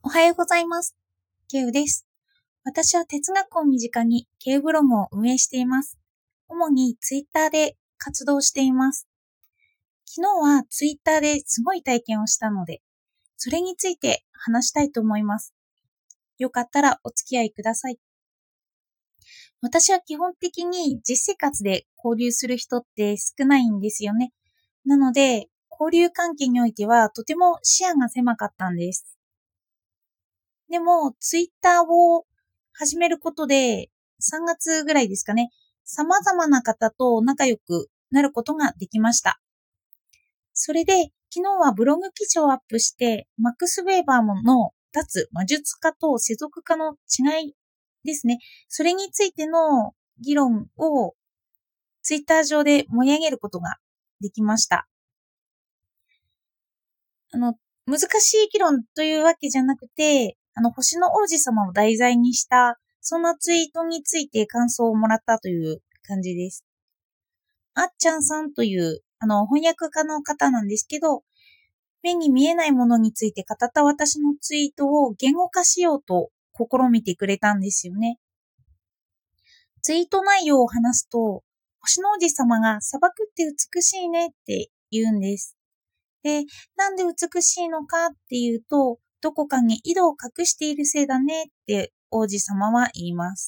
おはようございます。ケウです。私は哲学を身近にケウブログを運営しています。主にツイッターで活動しています。昨日はツイッターですごい体験をしたので、それについて話したいと思います。よかったらお付き合いください。私は基本的に実生活で交流する人って少ないんですよね。なので、交流関係においてはとても視野が狭かったんです。でも、ツイッターを始めることで、3月ぐらいですかね、様々な方と仲良くなることができました。それで、昨日はブログ記事をアップして、マックス・ウェーバーの脱魔術家と世俗家の違いですね。それについての議論をツイッター上で盛り上げることができました。難しい議論というわけじゃなくて、星の王子様を題材にした、そんなツイートについて感想をもらったという感じです。あっちゃんさんという、翻訳家の方なんですけど、目に見えないものについて語った私のツイートを言語化しようと試みてくれたんですよね。ツイート内容を話すと、星の王子様が砂漠って美しいねって言うんです。で、なんで美しいのかっていうと、どこかに井戸を隠しているせいだねって王子様は言います。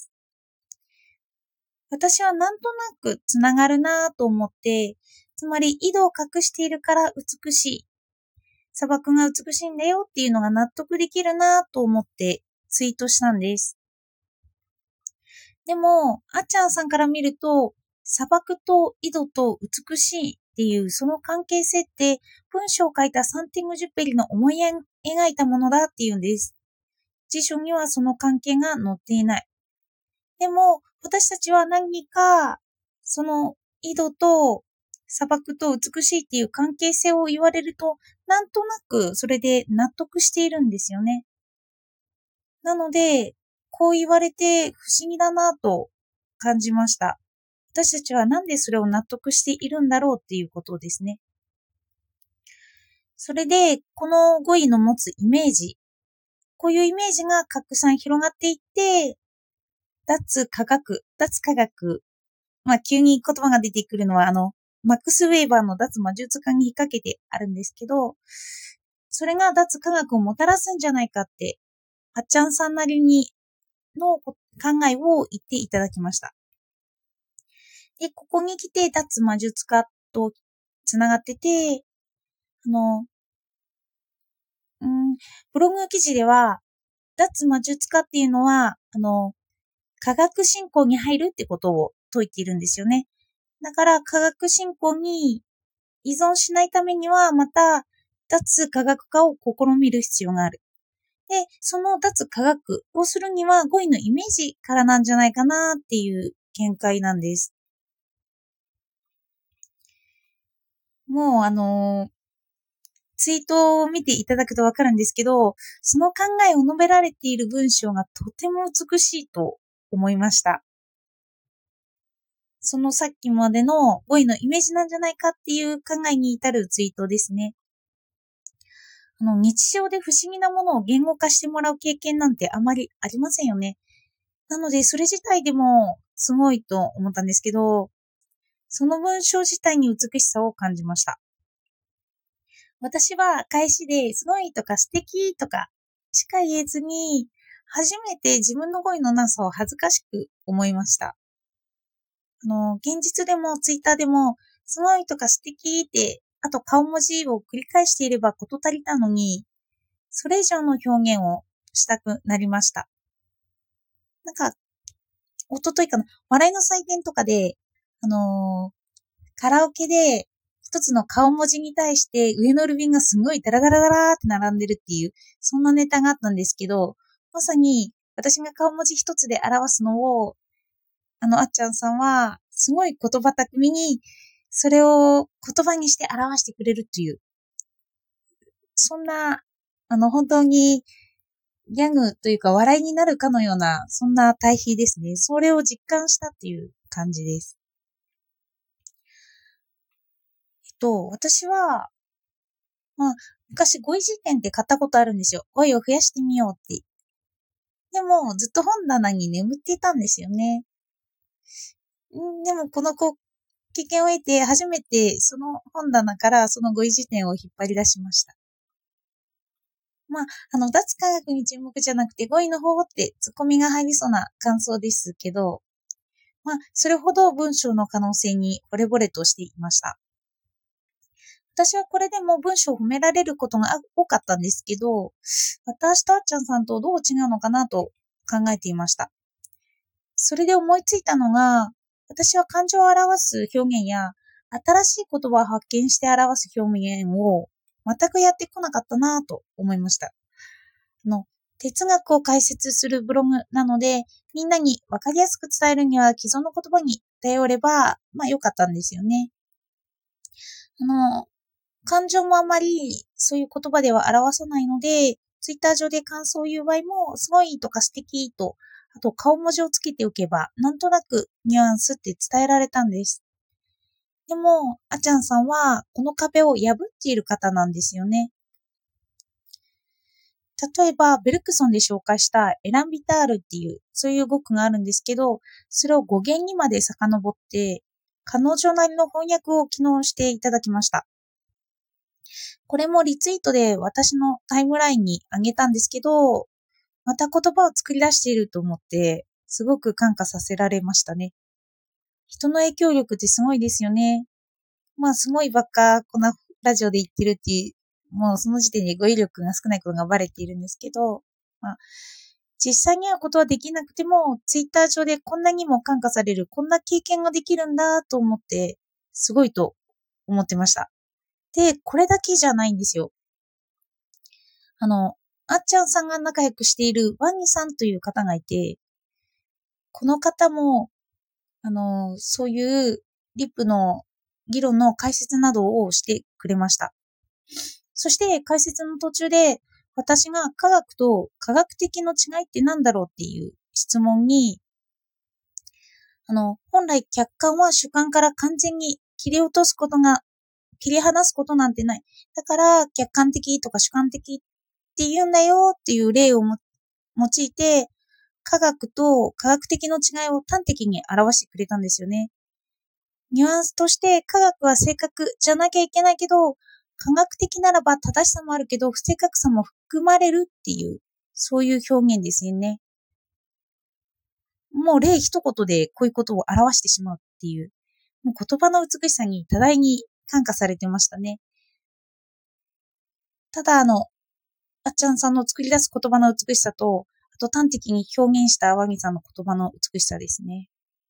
私はなんとなくつながるなぁと思って、つまり井戸を隠しているから美しい。砂漠が美しいんだよっていうのが納得できるなぁと思ってツイートしたんです。でも、あっちゃんさんから見ると、砂漠と井戸と美しいっていうその関係性って文章を書いたサンティム・ジュペリの思い描いたものだっていうんです。辞書にはその関係が載っていない。でも、私たちは何か、その井戸と砂漠と美しいっていう関係性を言われると、なんとなくそれで納得しているんですよね。なので、こう言われて不思議だなと感じました。私たちはなんでそれを納得しているんだろうっていうことですね。それで、この語彙の持つイメージ、こういうイメージが拡散広がっていって、脱科学、急に言葉が出てくるのは、マックス・ウェーバーの脱魔術家に引っ掛けてあるんですけど、それが脱科学をもたらすんじゃないかって、あっちゃんさんなりにの考えを言っていただきました。で、ここに来て脱魔術家とつながってて、ブログ記事では、脱魔術家っていうのは、科学振興に入るってことを説いているんですよね。だから、科学振興に依存しないためには、また、脱科学化を試みる必要がある。で、その脱科学をするには、語彙のイメージからなんじゃないかなっていう見解なんです。もう、ツイートを見ていただくとわかるんですけど、その考えを述べられている文章がとても美しいと思いました。そのさっきまでの語彙のイメージなんじゃないかっていう考えに至るツイートですね。日常で不思議なものを言語化してもらう経験なんてあまりありませんよね。なので、それ自体でもすごいと思ったんですけど、その文章自体に美しさを感じました。私は返しですごいとか素敵とかしか言えずに、初めて自分の語彙のなさを恥ずかしく思いました。現実でもツイッターでも、すごいとか素敵って、あと顔文字を繰り返していれば事足りたのに、それ以上の表現をしたくなりました。なんか、一昨日かな、笑いの祭典とかで、カラオケで一つの顔文字に対して上のルビンがすごいダラダラダラーって並んでるっていう、そんなネタがあったんですけど、まさに私が顔文字一つで表すのを、あっちゃんさんは、すごい言葉巧みに、それを言葉にして表してくれるっていう、そんな、本当にギャグというか笑いになるかのような、そんな対比ですね。それを実感したっていう感じです。私は、 昔語彙辞典って買ったことあるんですよ。語彙を増やしてみようって。でも、ずっと本棚に眠っていたんですよね。でも、この経験を得て、初めてその本棚からその語彙辞典を引っ張り出しました。脱科学に注目じゃなくて語彙の方ってツッコミが入りそうな感想ですけど、それほど文章の可能性に惚れ惚れとしていました。私はこれでも文章を褒められることが多かったんですけど、私とあっちゃんさんとどう違うのかなと考えていました。それで思いついたのが、私は感情を表す表現や新しい言葉を発見して表す表現を全くやってこなかったなと思いました。哲学を解説するブログなので、みんなに分かりやすく伝えるには既存の言葉に頼れば、良かったんですよね。感情もあまりそういう言葉では表さないので、ツイッター上で感想を言う場合も、すごいとか素敵と、あと顔文字をつけておけば、なんとなくニュアンスって伝えられたんです。でも、あちゃんさんはこの壁を破っている方なんですよね。例えば、ベルクソンで紹介したエランビタールっていう、そういう語句があるんですけど、それを語源にまで遡って、彼女なりの翻訳を機能していただきました。これもリツイートで私のタイムラインにあげたんですけど、また言葉を作り出していると思って、すごく感化させられましたね。人の影響力ってすごいですよね。すごいばっか、このラジオで言ってるっていう、もうその時点で語彙力が少ないことがバレているんですけど、実際に会うことはできなくても、ツイッター上でこんなにも感化される、こんな経験ができるんだと思って、すごいと思ってました。で、これだけじゃないんですよ。あっちゃんさんが仲良くしているワニさんという方がいて、この方も、そういうリップの議論の解説などをしてくれました。そして解説の途中で、私が科学と科学的の違いって何だろうっていう質問に、本来客観は主観から完全に切り離すことなんてない。だから客観的とか主観的って言うんだよっていう例を用いて、科学と科学的の違いを端的に表してくれたんですよね。ニュアンスとして科学は正確じゃなきゃいけないけど、科学的ならば正しさもあるけど、不正確さも含まれるっていう、そういう表現ですよね。もう例一言でこういうことを表してしまうっていう、もう言葉の美しさに多大に感化されてましたね。ただあっちゃんさんの作り出す言葉の美しさと、あと端的に表現したワミさんの言葉の美しさですね。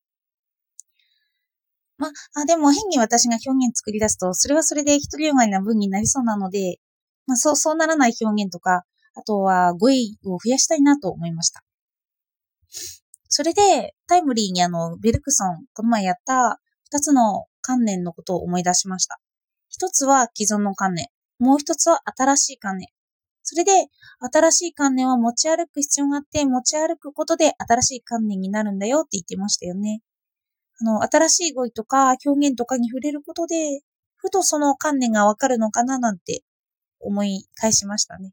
でも変に私が表現作り出すと、それはそれで独りよがりな文になりそうなので、そうならない表現とか、あとは語彙を増やしたいなと思いました。それで、タイムリーにベルクソン、この前やった二つの観念のことを思い出しました。一つは既存の観念。もう一つは新しい観念。それで、新しい観念は持ち歩く必要があって、持ち歩くことで新しい観念になるんだよって言ってましたよね。新しい語彙とか表現とかに触れることで、ふとその観念がわかるのかななんて思い返しましたね。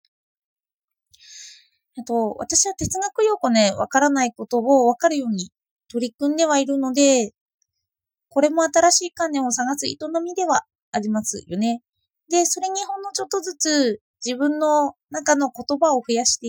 私は哲学用語ね、わからないことをわかるように取り組んではいるので、これも新しい観念を探す営みではありますよね。で、それにほんのちょっとずつ自分の中の言葉を増やしていって、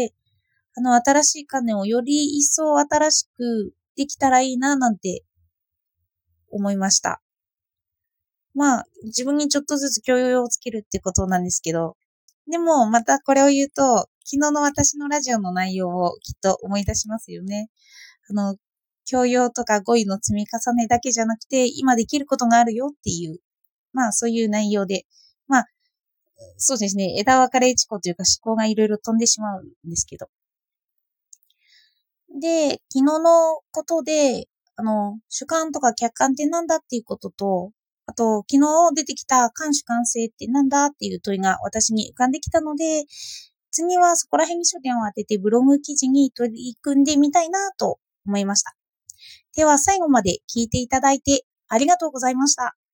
新しい観念をより一層新しくできたらいいななんて思いました。自分にちょっとずつ教養をつけるってことなんですけど、でもまたこれを言うと、昨日の私のラジオの内容をきっと思い出しますよね。教養とか語彙の積み重ねだけじゃなくて、今できることがあるよっていう、そういう内容で、そうですね、枝分かれ地庫というか思考がいろいろ飛んでしまうんですけど。で、昨日のことで、主観とか客観ってなんだっていうことと、あと、昨日出てきた感主観性ってなんだっていう問いが私に浮かんできたので、次はそこら辺に焦点を当ててブログ記事に取り組んでみたいなと思いました。では最後まで聞いていただいてありがとうございました。